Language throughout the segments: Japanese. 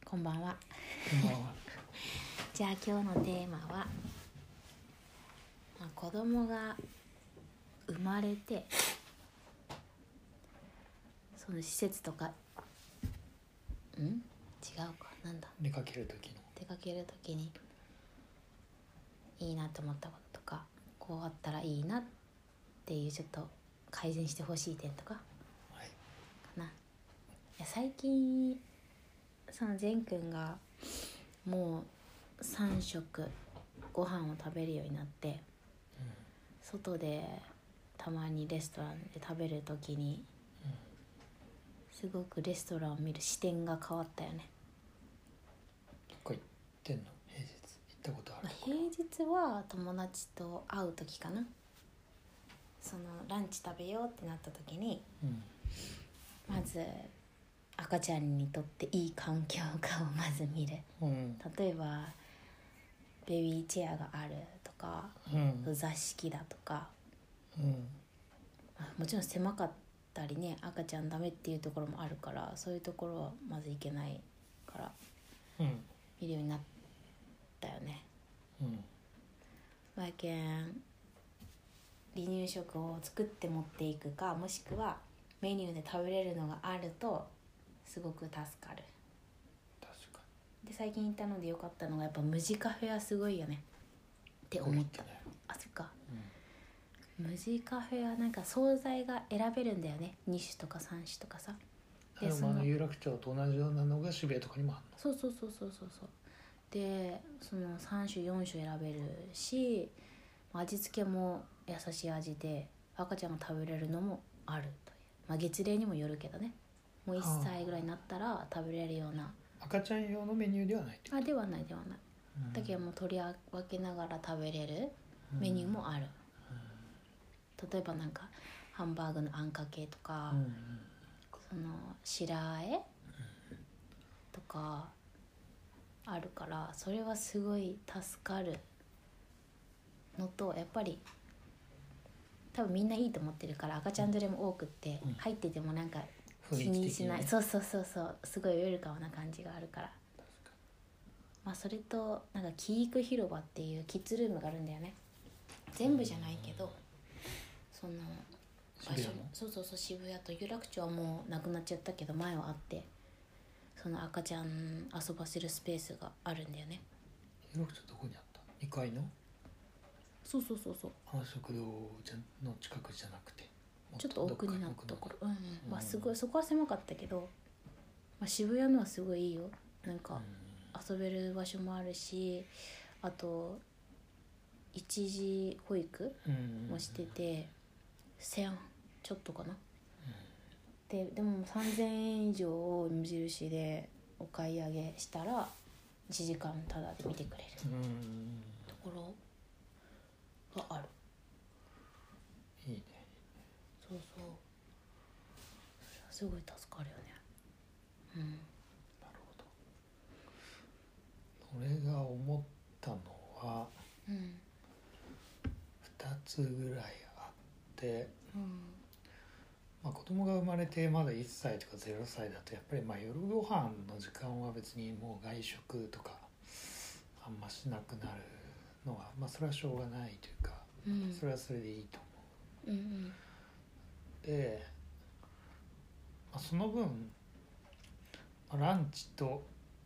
こんばんは。 こんばんは。 じゃあ今日のテーマは、子供が生まれてその施設とか違うかなんだ出かける時にいいなと思ったこととか、こうあったらいいなっていうちょっと改善してほしい点とかかな。いや最近その善くんがもう3食ご飯を食べるようになって、外でたまにレストランで食べるときにすごくレストランを見る視点が変わったよね。 どこ行ってんの？平日行ったことある？ 平日は友達と会う時かな。そのランチ食べようってなった時に、まず赤ちゃんにとっていい環境かをまず見る、例えばベビーチェアがあるとか、座敷だとか、もちろん狭かったりね、赤ちゃんダメっていうところもあるから、そういうところはまずいけないから見るようになったよね。やけん離乳食を作って持っていくか、もしくはメニューで食べれるのがあるとすごく助かる。 確かで最近行ったのでよかったのがやっぱ無地カフェはすごいよねって思った。あ、そっか、無地カフェはなんか惣菜が選べるんだよね。2種とか3種とかさ。 でその有楽町と同じようなのが渋谷とかにもあるの？ そうでその3種4種選べるし、味付けも優しい味で赤ちゃんが食べれるのもあるという、月齢にもよるけどね。もう1歳ぐらいになったら食べれるような。 赤ちゃん用のメニューではないってこと？ ではない、だけどもう取り分けながら食べれるメニューもある、例えばなんかハンバーグのあんかけとか、その白あえとかあるから、それはすごい助かるのと、やっぱり多分みんないいと思ってるから赤ちゃん連れも多くって、入っててもなんか気にしない、そうすごいウェルカムな感じがあるから。それとなんかキーク広場っていうキッズルームがあるんだよね。全部じゃないけど、その場所、そう渋谷と有楽町はもうなくなっちゃったけど前はあって、その赤ちゃん遊ばせるスペースがあるんだよね。 有楽町どこにあった？2階の？ そう食堂の近くじゃなくてちょっと奥になったところ、すごいそこは狭かったけど、渋谷のはすごいいいよ。なんか遊べる場所もあるし、あと一時保育もしてて、1000ちょっとかな、でも3000円以上を無印でお買い上げしたら1時間タダで見てくれるところがある。 いいね。 そうすごい助かるよね。 なるほど。俺が思ったのは2つぐらいあって、子供が生まれてまだ1歳とか0歳だとやっぱり夜ご飯の時間は別にもう外食とかあんましなくなるのはそれはしょうがないというか、それはそれでいいと思う。で、その分ランチと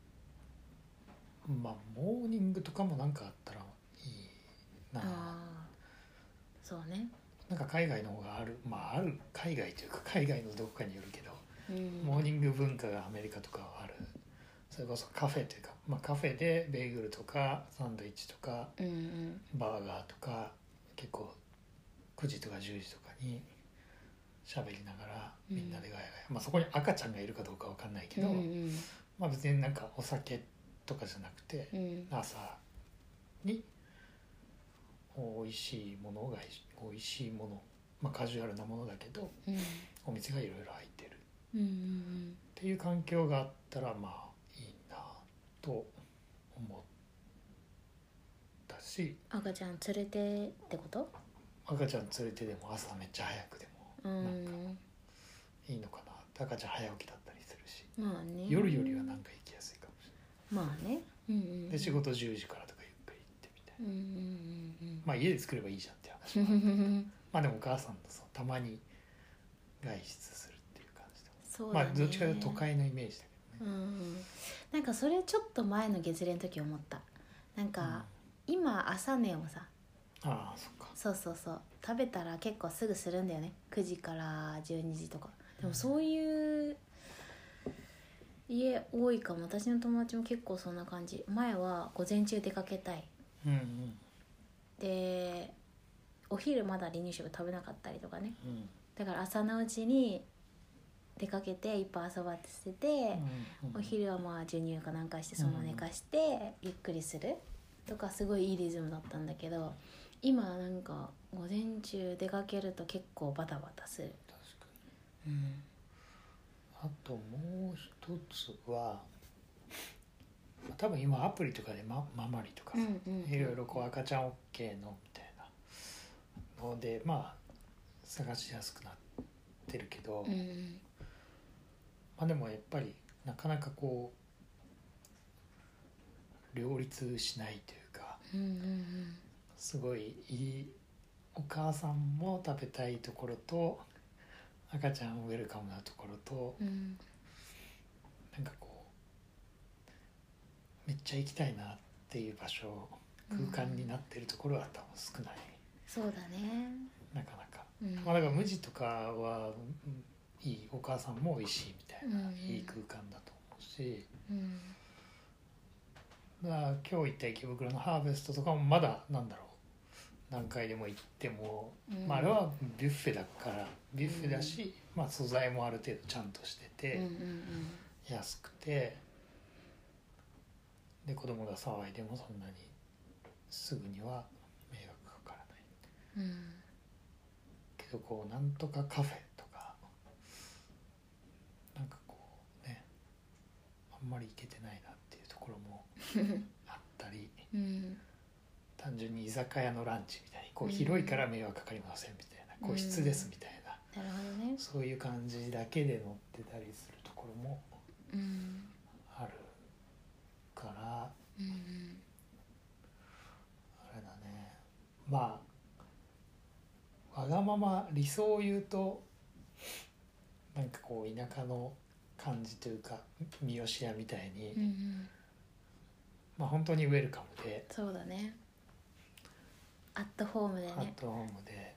モーニングとかもなんかあったらいいな。 そうね。 なんか海外の方がある、海外というか海外のどこかによるけど、モーニング文化がアメリカとかはある。それこそカフェというか、カフェでベーグルとかサンドイッチとか、バーガーとか結構9時とか10時とかに喋りながらみんなでガヤガヤ、そこに赤ちゃんがいるかどうかわかんないけど、別になんかお酒とかじゃなくて、朝に美味しいもの、カジュアルなものだけど、お店がいろいろ入ってる、っていう環境があったらいいなと思ったし。 赤ちゃん連れてってこと？ 赤ちゃん連れてでも朝めっちゃ早くでもなんかいいのかなって。赤ちゃん早起きだったりするし、夜よりはなんか行きやすいかもしまあね、うんうん、 で仕事10時からとかゆっくり行ってみたいな、 うんうんうんうん、 まあ家で作ればいいじゃんって話もあるけどまあでもお母さんとそうたまに外出するっていう感じで、 そうだね、 まあどっちかというと都会のイメージだけどね、 うん、なんかそれちょっと前の月齢の時思った。なんか、今朝寝をさ、 ああそっか、 そうそうそう、食べたら結構すぐするんだよね、9時から12時とか。でもそういう家多いかも。私の友達も結構そんな感じ。前は午前中出かけたい、 うんうんでお昼まだ離乳食食べなかったりとかね、 うん、 だから朝のうちに出かけていっぱい遊ばせて、 うんうん、 お昼はまあ授乳かなんかしてそのまま寝かしてゆっくりするとか、すごいいいリズムだったんだけど、今なんか午前中出かけると結構バタバタする。 確かに、あともう一つは多分今アプリとかでママリとかさ、いろいろこう赤ちゃん OK のみたいなのでまあ探しやすくなってるけど、まあでもやっぱりなかなかこう両立しないというか、すごいいいお母さんも食べたいところと赤ちゃんウェルカムなところと、なんかこうめっちゃ行きたいなっていう場所、空間になってるところは多分少ない、 そうだね、 なかなか、まあだから無地とかはいい、お母さんも美味しいみたいな、いい空間だと思うし、だから今日行った池袋のハーベストとかもまだなんだろう、何回でも行っても、まあ、あれはビュッフェだからビュッフェだし、まあ、素材もある程度ちゃんとしてて、安くて、で子供が騒いでもそんなにすぐには迷惑かからない、けどこうなんとかカフェとかなんかこうね、あんまり行けてないなっていうところもあったり、単純に居酒屋のランチみたいにこう広いから迷惑かかりませんみたいな、個室ですみたいな、 なるほどね、 そういう感じだけで乗ってたりするところもあるから、あれだね、まあわがまま理想を言うとなんかこう田舎の感じというか三好屋みたいに、まあ本当にウェルカムで、 そうだね、アットホームでね、 アットホームで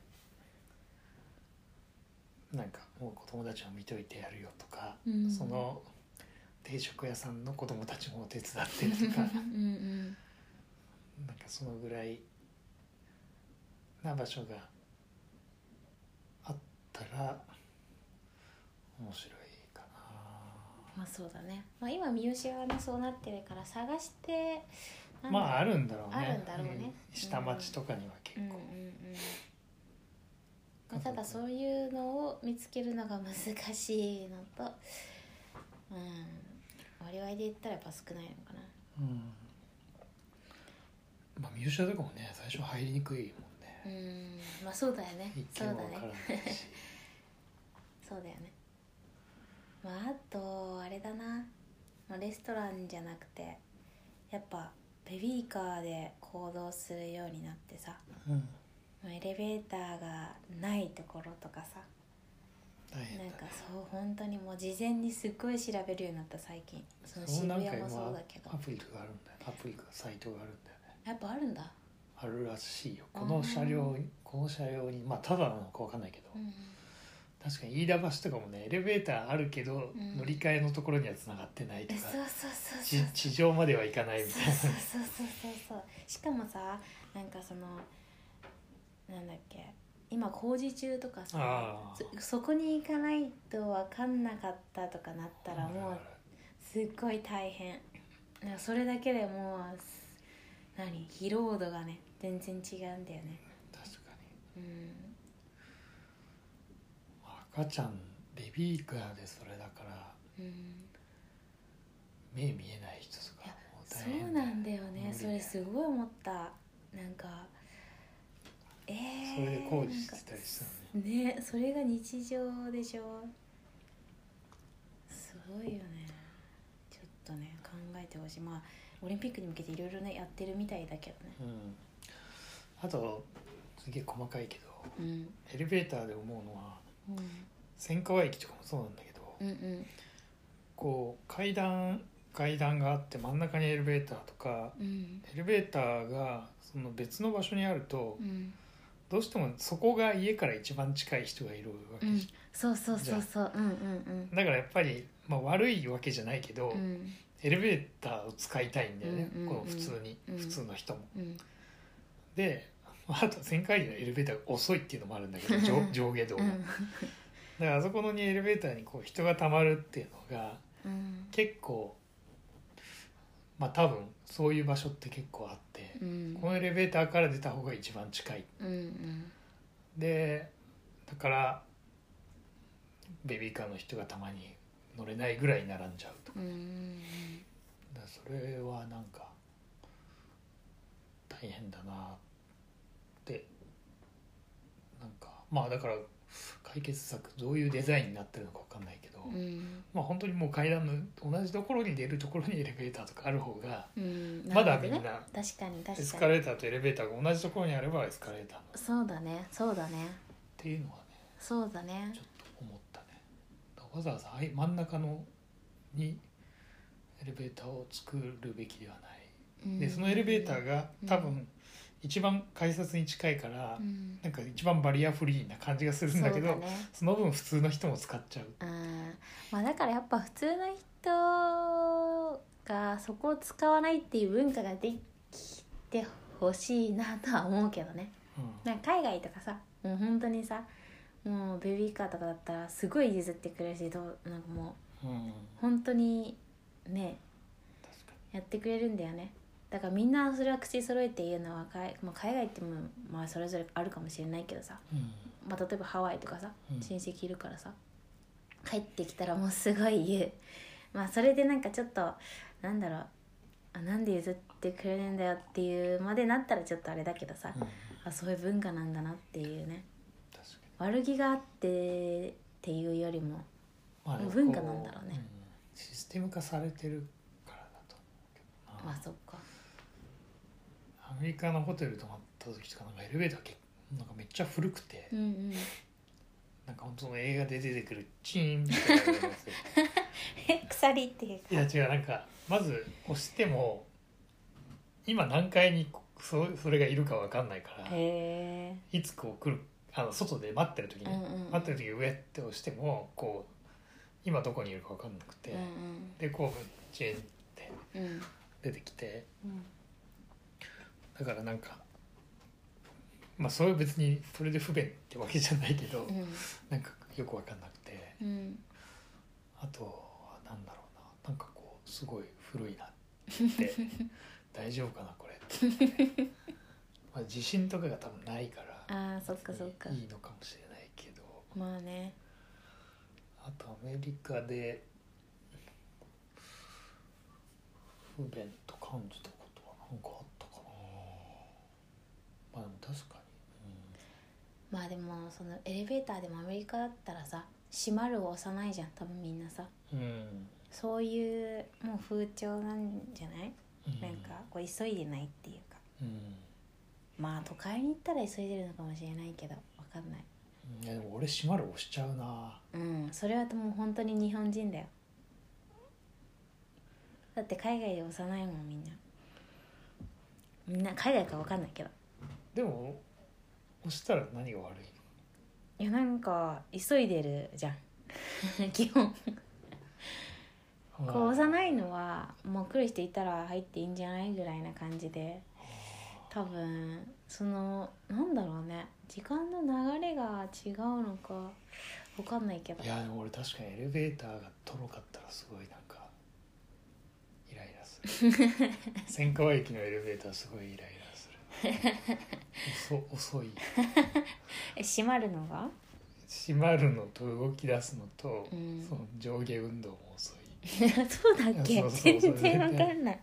なんかもう子供たちを見といてやるよとか、その定食屋さんの子供たちも手伝ってるとかなんかそのぐらいな場所があったら面白いかな。 まあそうだね、まあ、今三好がねそうなってるから探して、 まああるんだろうね、 あるんだろうね、 下町とかには結構、 まあ、ただそういうのを見つけるのが難しいのと、割合で言ったらやっぱ少ないのかな。 まあ三好屋とかもね最初入りにくいもんね。まあそうだよね。そうだね。そうだよね。まああとあれだな、まあ、レストランじゃなくてやっぱベビーカーで行動するようになってさ、エレベーターがないところとかさ、なんかそう本当にもう事前にすっごい調べるようになった最近。その渋谷もそうだけどアプリがあるんだよ、アプリかサイトがあるんだよね。 やっぱあるんだ。 あるらしいよ、この車両に、まあただなのか分かんないけど、確かに飯田橋とかもねエレベーターあるけど、乗り換えのところには繋がってないとか、地上までは行かないみたいな。 そうしかもさ、なんかそのなんだっけ、今工事中とかさ、そこに行かないと分かんなかったとかなったらもうすっごい大変。それだけでもう疲労度がね全然違うんだよね。 確かに、赤ちゃんベビーカーでそれだから、目見えない人とかもう大変だよね。そうなんだよね、それすごい思った。なんかそれで工事してたりしたのね。それが日常でしょ。すごいよね。ちょっとね考えててほしい。まあオリンピックに向けていろいろねやってるみたいだけどね。 あとすげえ細かいけど、 エレベーターで思うのは、千川駅とかもそうなんだけど、こう階段があって真ん中にエレベーターとか、エレベーターがその別の場所にあると、どうしてもそこが家から一番近い人がいるわけじゃん、 そうそうそうそう、 だからやっぱり、悪いわけじゃないけど、エレベーターを使いたいんだよね、この普通の人も、であと1000回のエレベーターが遅いっていうのもあるんだけど上下動が、だからあそこのにエレベーターにこう人がたまるっていうのが、結構多分そういう場所って結構あって、このエレベーターから出た方が一番近い、でだからベビーカーの人がたまに乗れないぐらい並んじゃうとか、だからそれはなんか大変だなってなんかだから解決策どういうデザインになってるのか分かんないけど、本当にもう階段の同じところに出るところにエレベーターとかある方が、まだみんな確かにエスカレーターとエレベーターが同じところにあればエスカレーターのそうだねっていうのはね、 そうだねちょっと思ったね。わざわざ真ん中のにエレベーターを作るべきではない、でそのエレベーターが多分一番改札に近いから、なんか一番バリアフリーな感じがするんだけど、その分普通の人も使っちゃう。 だからやっぱ普通の人がそこを使わないっていう文化ができてほしいなとは思うけどね、なんか海外とかさ、もう本当にさ、もうベビーカーとかだったらすごい譲ってくれるし、なんかもう、本当にねやってくれるんだよね。だからみんなそれは口揃えて言うのは海外ってもそれぞれあるかもしれないけどさ、例えばハワイとかさ、親戚いるからさ、帰ってきたらもうすごい言う。それでなんかちょっとなんだろう、なんで譲ってくれるんだよっていうまでなったらちょっとあれだけどさ、そういう文化なんだなっていうね、悪気があってっていうよりも、文化なんだろうね、 システム化されてるからだと思うけどな。 そっか。 アメリカのホテル泊まった時とかなんかエレベーターなんかめっちゃ古くて、なんか本当の映画で出てくるチーンみたいなやつ鎖っていうか、 いや違う、なんかまず押しても今何階にそれがいるか分かんないから、いつこう来る外で待ってる時に、上って押してもこう今どこにいるか分かんなくて、でこうチェーンって出てきて、だからなんかそういう別にそれで不便ってわけじゃないけど、なんかよく分かんなくて、あとはなんだろうな、なんかこうすごい古いなって大丈夫かなこれって地震とかが多分ないからそっかそっか、 いいのかもしれないけど、あとアメリカで不便と感じたことは何かあったかな。でも確かに、 でもそのエレベーターでもアメリカだったらさ、閉まるを押さないじゃん多分みんなさ、そういうもう風潮なんじゃない、なんかこう急いでないっていうか、都会に行ったら急いでるのかもしれないけど分かんない。 いやでも俺閉まる押しちゃうな。 それはもう本当に日本人だよ。だって海外で押さないもんみんな海外か分かんないけど。 でも押したら何が悪いの？ いやなんか急いでるじゃん基本こう押さないのはもう来る人いたら入っていいんじゃないぐらいな感じで、多分そのなんだろうね、時間の流れが違うのか分かんないけど。 いやでも俺確かにエレベーターがとろかったらすごいなんかイライラする千川駅のエレベーターすごいイライラする遅い閉まるのが閉まるのと動き出すのと、その上下運動も遅いそうだっけ？全然分かんない。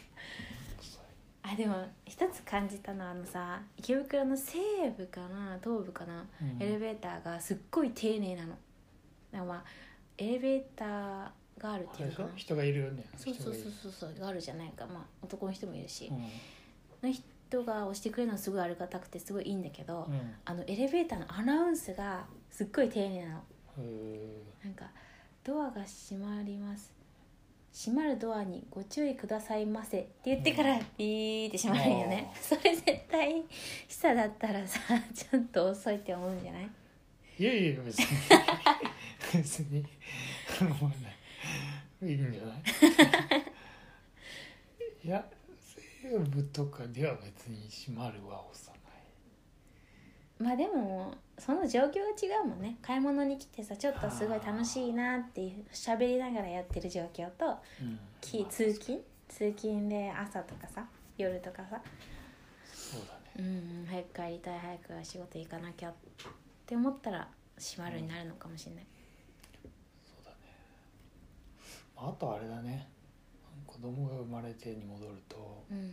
でも一つ感じたのはさ、池袋の西部かな東部かな、エレベーターがすっごい丁寧なの。だからエレベーターガールっていうかな、 人がいるよね。 そうガールじゃないか、まあ男の人もいるし、 うん、 の人が押してくれるのはすごいありがたくてすごいいいんだけど、 うん、 エレベーターのアナウンスがすっごい丁寧なの。なんかドアが閉まります、閉まるドアにご注意くださいませって言ってからビーって閉まるんよね、それ絶対下だったらさちょっと遅いって思うんじゃない？ いやいや別に別に思わないいいんじゃないいや西部とかでは別に閉まるは押さない。 まあでもその状況が違うもんね。買い物に来てさちょっとすごい楽しいなっていう喋りながらやってる状況と、通勤で朝とかさ夜とかさ、 そうだね、 早く帰りたい、早く仕事行かなきゃって思ったら閉まるになるのかもしれない、 そうだね。あとあれだね、子供が生まれてに戻ると、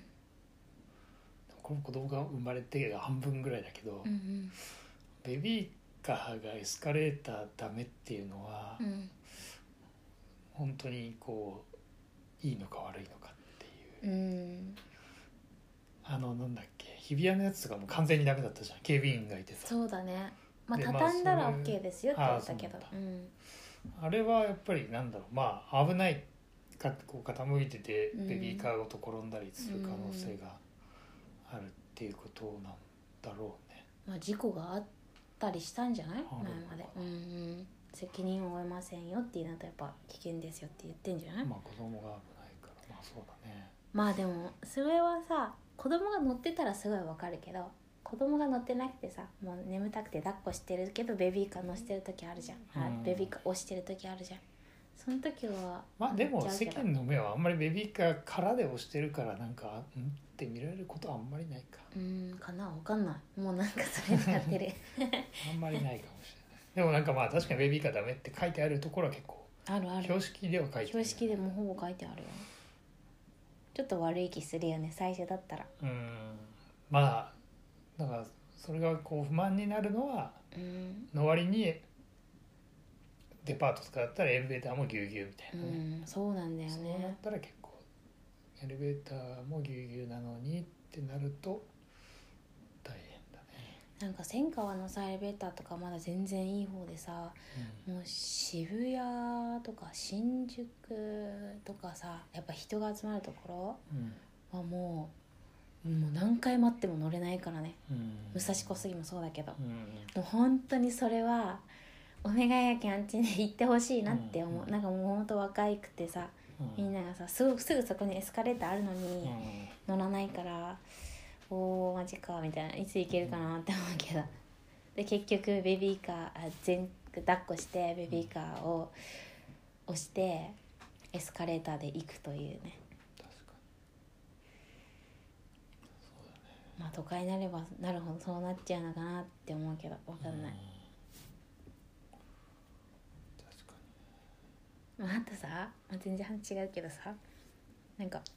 この子供が生まれて半分ぐらいだけど、ベビーカーがエスカレーターダメっていうのは、本当にこういいのか悪いのかっていう、なんだっけ、日比谷のやつとかも完全にダメだったじゃん、警備員がいてさ。 そうだね、まあ畳んだら OK ですよって言ったけど、 あれはやっぱりなんだろう、まあ危ないか、こう傾いててベビーカーごと転んだりする可能性があるっていうことなんだろうね。 まあ事故があったりしたんじゃない？前まで、責任を負えませんよっていうのとやっぱ危険ですよって言ってんじゃない？ まあ子供が危ないから、まあそうだね。 まあでもそれはさ、子供が乗ってたらすごいわかるけど、子供が乗ってなくてさ、もう眠たくて抱っこしてるけどベビーカー乗せてる時あるじゃん、ベビーカー押してる時あるじゃん。その時はまあでも世間の目はあんまりベビーカーからで押してるからなんかって見られることはあんまりないか。 かな、わかんない。もうなんかそれでやってるあんまりないかもしれない。でもなんかまあ確かにベビーカーダメって書いてあるところは結構ある。 標識では書いてある、 標識でもほぼ書いてあるよ。ちょっと悪い気するよね最初だったら。 まあだからそれがこう不満になるのは、の割にデパートとかだったらエレベーターもぎゅうぎゅうみたいなね、 そうなんだよね。 そうなったら結構エレベーターもぎゅうぎゅうなのにってなると大変だね。 なんか千川のさエレベーターとかまだ全然いい方でさ、もう渋谷とか新宿とかさやっぱ人が集まるところはもう何回待っても乗れないからね、武蔵小杉もそうだけど、もう本当にそれはお願いやけんあっちに行ってほしいなって思う、なんかもうほんと若いくてさ、みんながさすぐそこにエスカレーターあるのに乗らないから、おーマジかみたいな、いつ行けるかなって思うけど、で結局ベビーカー抱っこしてベビーカーを押してエスカレーターで行くというね。 確かにそうだね。 まあ都会になればなるほどそうなっちゃうのかなって思うけど分かんない、 確かまあ、あとさ、全然話違うけどさ、なんか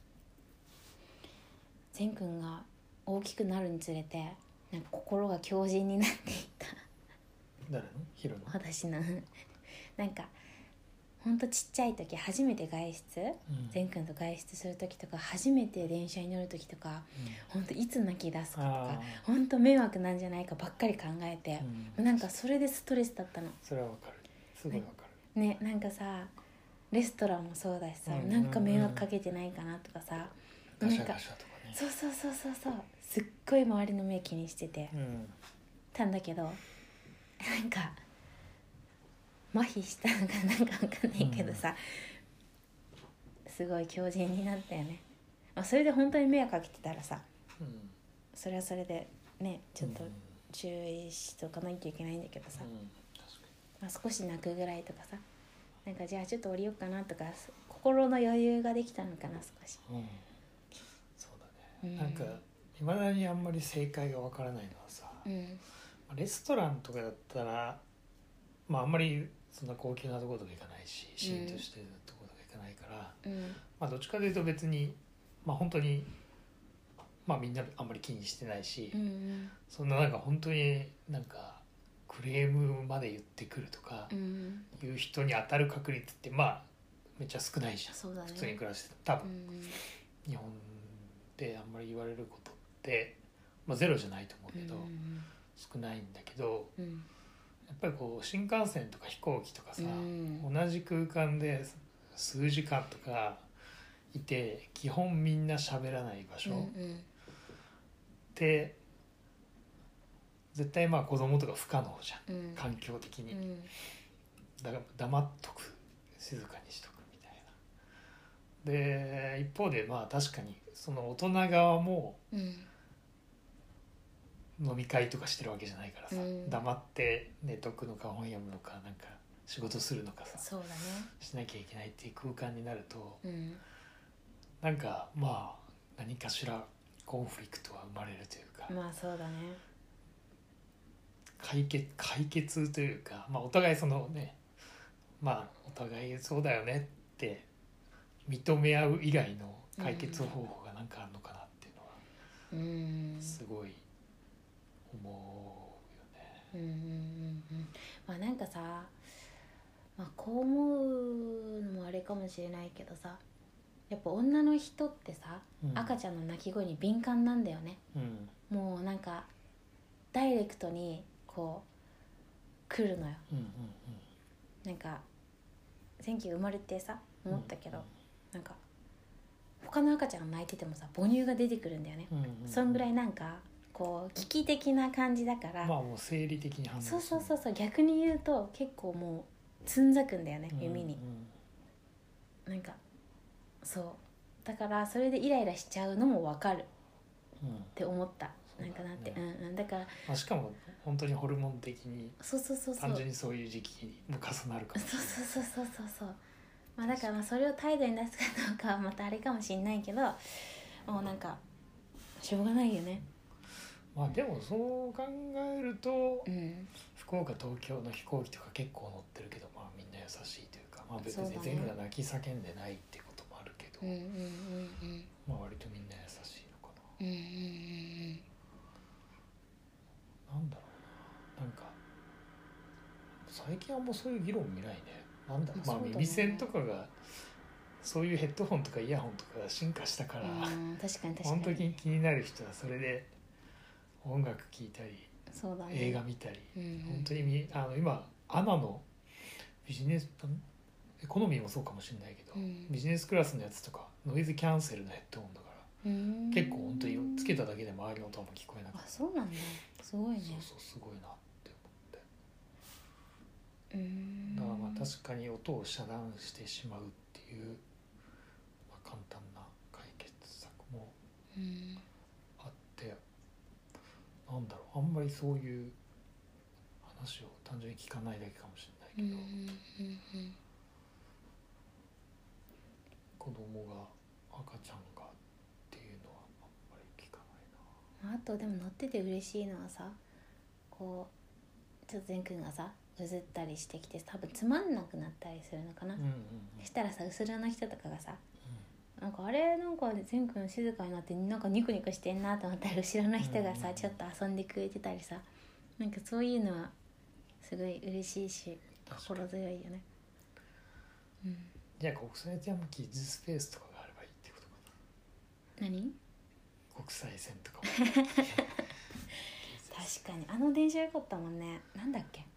善くんが大きくなるにつれてなんか心が強靭になっていった誰の？ヒロの？ 私のなんかほんとちっちゃい時初めて外出、善くんと外出する時とか初めて電車に乗る時とか、ほんといつ泣き出すかとかほんと迷惑なんじゃないかばっかり考えて、なんかそれでストレスだったの。 それはわかる、すごいわかるね。なんかさレストランもそうだしさ、なんか迷惑かけてないかなとかさ、 ガシャガシャとかね、 そうすっごい周りの目気にしてて、たんだけどなんか麻痺したのかなんか分かんないけどさ、すごい強靭になったよね。それで本当に迷惑かけてたらさ、それはそれでねちょっと注意しとかないといけないんだけどさ、少し泣くぐらいとかさ、なんかじゃあちょっと降りようかなとか心の余裕ができたのかな少し、 そうだね、なんかいまだにあんまり正解がわからないのはさ、レストランとかだったらまああんまりそんな高級なところとか行かないし、シーンとしてるところとか行かないから、まあどっちかというと別にまあ本当にまあみんなあんまり気にしてないし、そんななんか本当になんかクレームまで言ってくるとかいう人に当たる確率ってまあめっちゃ少ないじゃん。 そうだね、 普通に暮らして多分、 うん日本であんまり言われることって、まあ、ゼロじゃないと思うけど、少ないんだけど、 うん、 やっぱりこう新幹線とか飛行機とかさ、 うん同じ空間で数時間とかいて基本みんな喋らない場所って絶対まあ子供とか不可能じゃん、 うん、 環境的に、 うん、 だから黙っとく、静かにしとくみたいな。で一方でまあ確かにその大人側もうん飲み会とかしてるわけじゃないからさ、 うん、 黙って寝とくのか本読むのかなんか仕事するのかさ、 そうだね、 しなきゃいけないっていう空間になると、 うん、 なんかまあ何かしらコンフリクトは生まれるというか、 まあそうだね、 解決というか、まあ、お互いそのね、まあお互いそうだよねって認め合う以外の解決方法が何かあるのかなっていうのはすごい思うよね。 まあなんかさ、まあ、こう思うのもあれかもしれないけどさ、やっぱ女の人ってさ、赤ちゃんの泣き声に敏感なんだよね、もうなんかダイレクトにこう来るのよ、なんか前期生まれてさ思ったけど、なんか他の赤ちゃんが泣いててもさ母乳が出てくるんだよね、そんぐらいなんかこう危機的な感じだから、 まあもう生理的に反応する。 そう逆に言うと結構もうつんざくんだよね、耳に、なんかそうだからそれでイライラしちゃうのも分かるって思った、なんかなって、だから、 まあ、しかも本当にホルモン的にそう単純にそういう時期にも重なるかもしれない。 そう、まあ、だからまあそれを態度に出すかどうかはまたあれかもしれないけど、もうなんかしょうがないよね。 まあでもそう考えると、 うん、 福岡東京の飛行機とか結構乗ってるけど、まあみんな優しいというか、まあ別に全部が泣き叫んでないってこともあるけど、まあ割とみんな優しいのかな。なんだろうな、なんか最近はもうそういう議論見ないね。なんだろう、まあ耳栓とかがそういうヘッドホンとかイヤホンとかが進化したから、 確かに本当に気になる人はそれで音楽聴いたり、 そうだね、 映画見たり、本当に今アナのビジネスエコノミーもそうかもしれないけど、ビジネスクラスのやつとかノイズキャンセルのヘッドホンだから、結構本当につけただけで周りの音も聞こえなくて、 そうなんだ、すごいね。 そうすごいなって思って、だからまあ確かに音を遮断してしまうっていう、まあ、簡単な解決策もあって、なんだろう、あんまりそういう話を単純に聞かないだけかもしれないけど、子供が赤ちゃんがっていうのはあんまり聞かないな。 あとでも乗ってて嬉しいのはさ、こうちょっと善くんがさうずったりしてきて多分つまんなくなったりするのかな、そしたらさ後ろの人とかがさ、なんかあれなんか善くん静かになってなんかニコニコしてんなと思ったら後ろの人がさ、ちょっと遊んでくれてたりさ、なんかそういうのはすごい嬉しいし心強いよね。 じゃあ国際ジャンプキッズスペースとかがあればいいってことかな。 何？ 国際線とかも確かにあの電車良かったもんね。なんだっけ、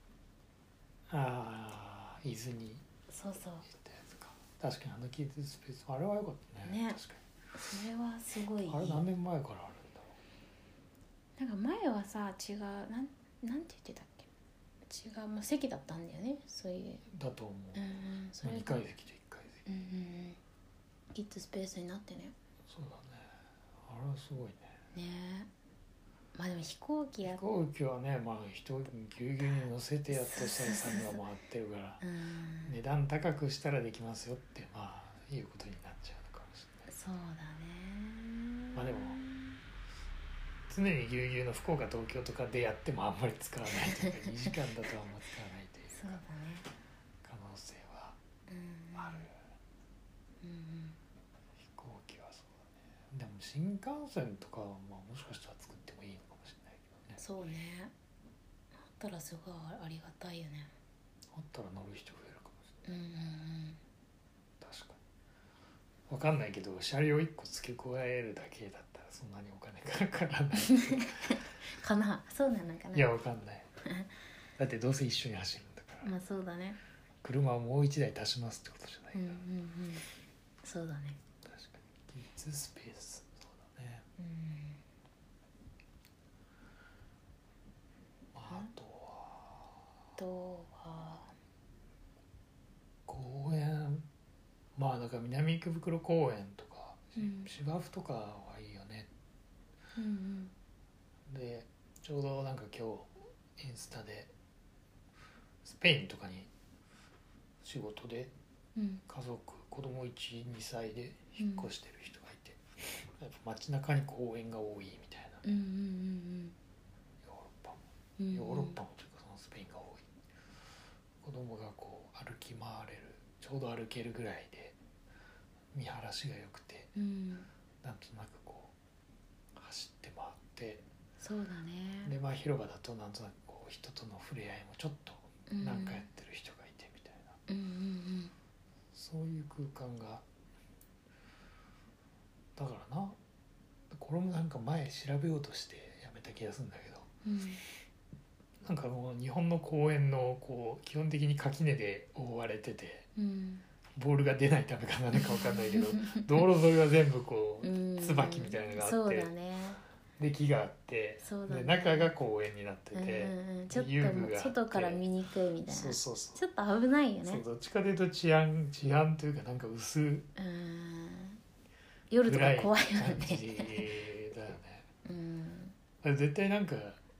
伊豆にそう行ったやつか。確かにあのキッズスペースあれは良かったね。確かにそれはすごいいい。 あれ何年前からあるんだろう。 なんか前はさ違うなんて言ってたっけ、違うもう席だったんだよね、そういうだと思う、 それ 2階席と1階席、 キッズスペースになってね。 そうだね、あれはすごいね。 ねえ、まあでも飛行機はね、まあ人ぎゅうぎゅうに乗せてやっとしたりさんが回ってるから値段高くしたらできますよってまあいうことになっちゃうのかもしれない。 そうだね。 まあでも常にぎゅうぎゅうの福岡東京とかでやってもあんまり使わないというか2時間だとあんま使わないというそうだね、 可能性はある。飛行機はそうだね。でも新幹線とかはまあもしかしたら作ってもいいのかもしれないけどね。 そうね、あったらすごいありがたいよね。 あったら乗る人増えるかもしれない。確分かんないけど車両1個付け加えるだけだったらそんなにお金かからないかな、そうなのかな。 いや分かんないだってどうせ一緒に走るんだから、 まあそうだね。 車をもう1台足しますってことじゃないから、 そうだね。 確かにキッズスペース、そうだね。あとは公園、まあだから南池袋公園とか、芝生とかはいいよね、でちょうどなんか今日インスタでスペインとかに仕事で家族、子供 1,2 歳で引っ越してる人がいて、やっぱ街中に公園が多いみたいな、ヨーロッパもというかそのスペインが多い、子供がこう歩き回れる、ちょうど歩けるぐらいで見晴らしが良くて、なんとなくこう走って回って、 そうだね。 でまあ広場だとなんとなくこう人との触れ合いもちょっとなんかやってる人がいてみたいな、そういう空間がだからな、これもなんか前調べようとしてやめた気がするんだけど、なんかもう日本の公園のこう基本的に垣根で覆われてて、ボールが出ないためか何か分かんないけど道路沿いは全部こう椿みたいなのがあって、 そうだね、 で木があって、で中が公園になってて、 ちょっと外から見にくいみたいな、ちょっと危ないよね。 そう、どっちかというと治安というかなんか薄夜とか怖いよね。 感じだよね。絶対なんか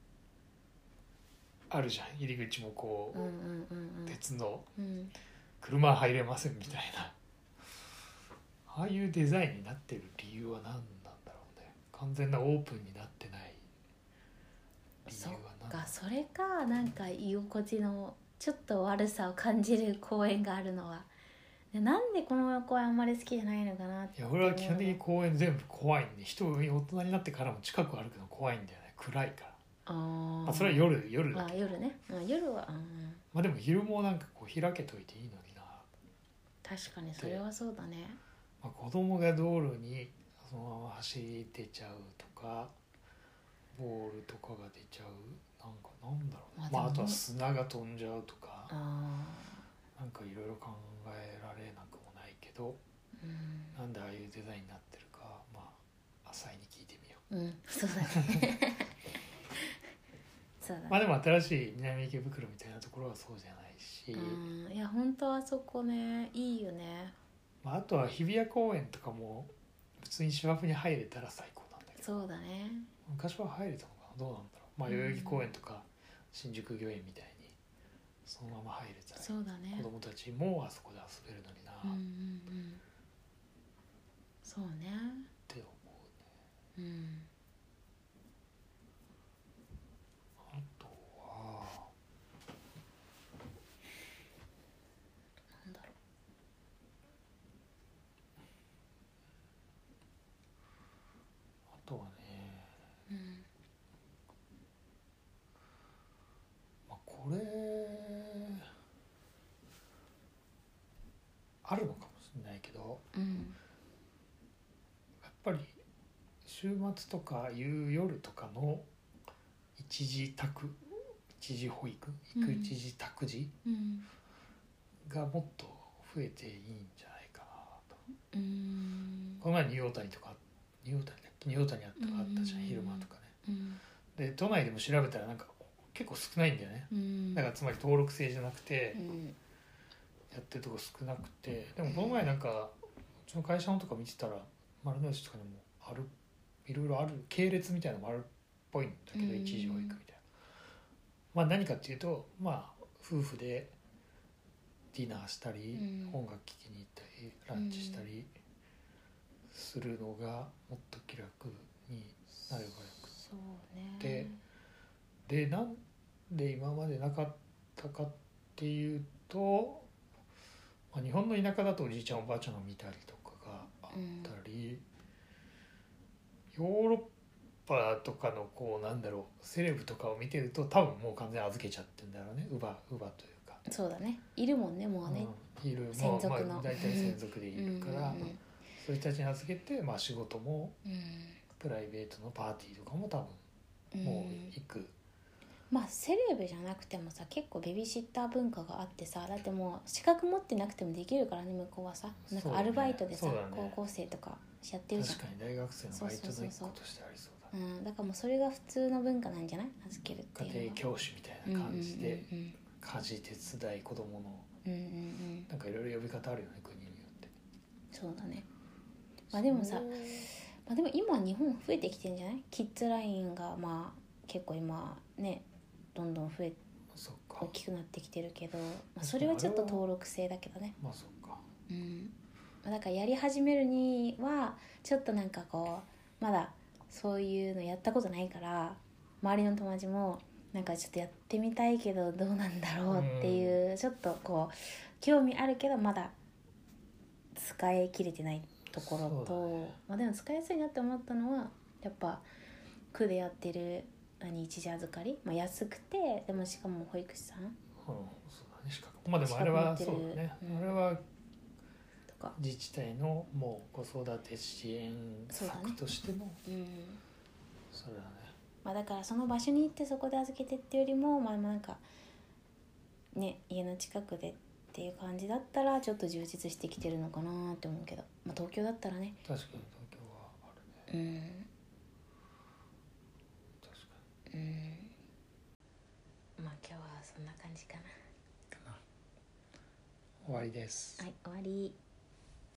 あるじゃん、入り口もこう、鉄の車は入れませんみたいな、ああいうデザインになってる理由は何なんだろうね。完全なオープンになってない理由は何だろう。 それかなんか居心地のちょっと悪さを感じる公園があるのは、なんでこの公園あんまり好きじゃないのかなって。 いや俺は基本的に公園全部怖いんで、人大人になってからも近く歩くの怖いんだよね、暗いから。まあ、それは夜だけど、 夜ね、夜は、 まあでも昼もなんかこう開けといていいのにな。 確かにそれはそうだね。 まあ、子供が道路にそのまま走ってちゃうとか、ボールとかが出ちゃう、なんだろう、あとは砂が飛んじゃうとか、なんかいろいろ考えられなくもないけど、なんでああいうデザインになってるか、まあ浅井に聞いてみよう。 そうだね。そうだね。 まあでも新しい南池袋みたいなところはそうじゃないし、 いや本当あそこねいいよね。 まあ、あとは日比谷公園とかも普通に芝生に入れたら最高なんだけど、 そうだね、 昔は入れたのかな、どうなんだろう。まあ代々木公園とか新宿御苑みたいにそのまま入れたら、 そうだね、 子供たちもあそこで遊べるのにな、 そうねって思うね。あとはなんだろう、 あとはね、まあ、これあるのかもしれないけど、やっぱり週末とかいう夜とかの一時保育、一時託児がもっと増えていいんじゃないかなと。この前ニューオータニとかニューオータニあったじゃん、昼間とかね、で都内でも調べたらなんか結構少ないんだよね、だからつまり登録制じゃなくて、やってるとこ少なくて、でもこの前なんかうちの会社のとか見てたら丸の内とかにもある、いろいろある系列みたいなのもあるっぽいんだけど、一時保育みたいな、まあ何かっていうと、まあ夫婦でディナーしたり、音楽聴きに行ったりランチしたりするのがもっと気楽になればよくて、でなんで今までなかったかっていうと、まあ、日本の田舎だとおじいちゃんおばあちゃんが見たりとかがあったり、ヨーロッパとかのこうなんだろう、セレブとかを見てると多分もう完全に預けちゃってるんだろうね、乳母というか。 そうだね、いるもんね、もうね、 いる、 専属の、 まあ、大体専属でいるから、 そういう人たちに預けて、まあ、仕事もうんプライベートのパーティーとかも多分もう行く、 まあセレブじゃなくてもさ結構ベビーシッター文化があってさ、だってもう資格持ってなくてもできるからね向こうはさ、なんかアルバイトでさ、 そうだね高校生とかやってるじゃん。 確かに大学生のバイトの一個としてありそうだね。 だからもうそれが普通の文化なんじゃない、預けるっていうのは。 家庭教師みたいな感じで、 うんうん家事手伝い子供のうんうんうんうんなんかいろいろ呼び方あるよね、国によって。 そうだね。まあでもさ、まあ、でも今日本増えてきてんじゃない、キッズラインがまあ結構今ねどんどん増えそっか大きくなってきてるけど、まあ、それはちょっと登録制だけどね。 まあそっか。 だからやり始めるにはちょっとなんかこうまだそういうのやったことないから、周りの友達もなんかちょっとやってみたいけどどうなんだろうっていう、ちょっとこう興味あるけどまだ使い切れてないところと、 ね、 まあ、でも使いやすいなって思ったのはやっぱ区でやってる一時預かり、まあ、安くてでもしかも保育士さん、 そうだね、資格まあでもあれはそうだね、あれはとか自治体のもう子育て支援策としてのそれだね。 まあ、だからその場所に行ってそこで預けてっていうよりも、まあなんかね家の近くでっていう感じだったらちょっと充実してきてるのかなって思うけど、まあ、東京だったらね。 確かに東京はあるね。確かに。 まあ今日はそんな感じかな。 終わりです。 はい、終わり。